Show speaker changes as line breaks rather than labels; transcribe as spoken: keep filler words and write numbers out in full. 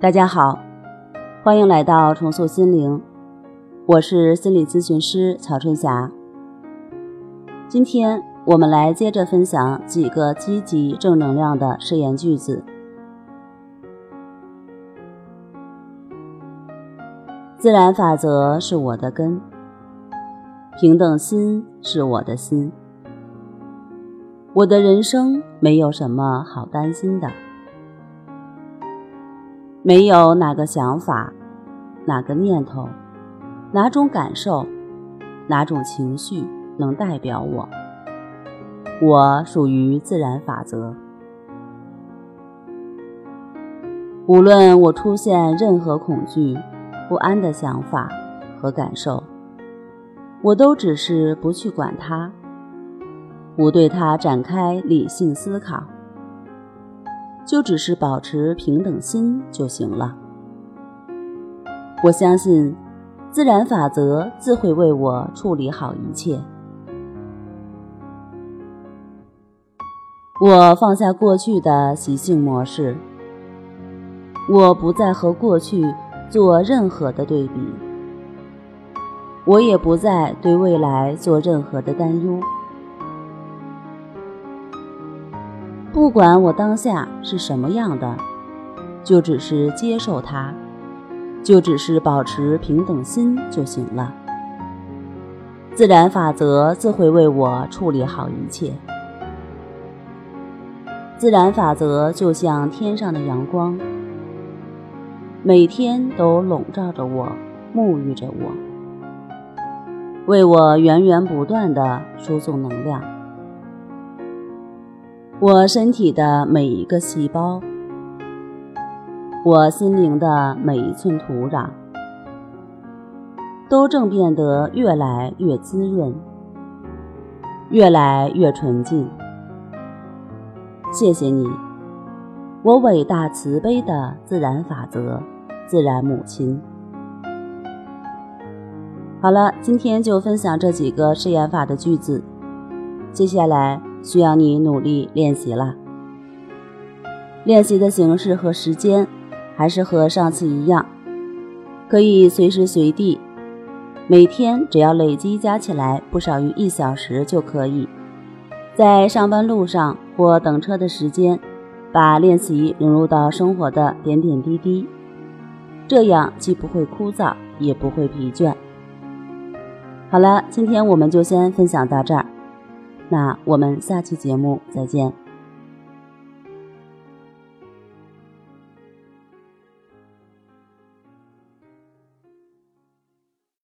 大家好，欢迎来到重塑心灵，我是心理咨询师曹春霞。今天我们来接着分享几个积极正能量的誓言句子。自然法则是我的根，平等心是我的心，我的人生没有什么好担心的。没有哪个想法，哪个念头，哪种感受，哪种情绪能代表我。我属于自然法则。无论我出现任何恐惧、不安的想法和感受，我都只是不去管它，不对它展开理性思考，就只是保持平等心就行了。我相信自然法则自会为我处理好一切。我放下过去的习性模式，我不再和过去做任何的对比，我也不再对未来做任何的担忧。不管我当下是什么样的，就只是接受它，就只是保持平等心就行了。自然法则自会为我处理好一切。自然法则就像天上的阳光，每天都笼罩着我，沐浴着我，为我源源不断地输送能量。我身体的每一个细胞，我心灵的每一寸土壤，都正变得越来越滋润，越来越纯净。谢谢你，我伟大慈悲的自然法则，自然母亲。好了，今天就分享这几个誓言法的句子，接下来需要你努力练习了。练习的形式和时间还是和上次一样，可以随时随地，每天只要累积加起来不少于一小时就可以。在上班路上或等车的时间，把练习融入到生活的点点滴滴，这样既不会枯燥，也不会疲倦。好了，今天我们就先分享到这儿，那我们下期节目再见。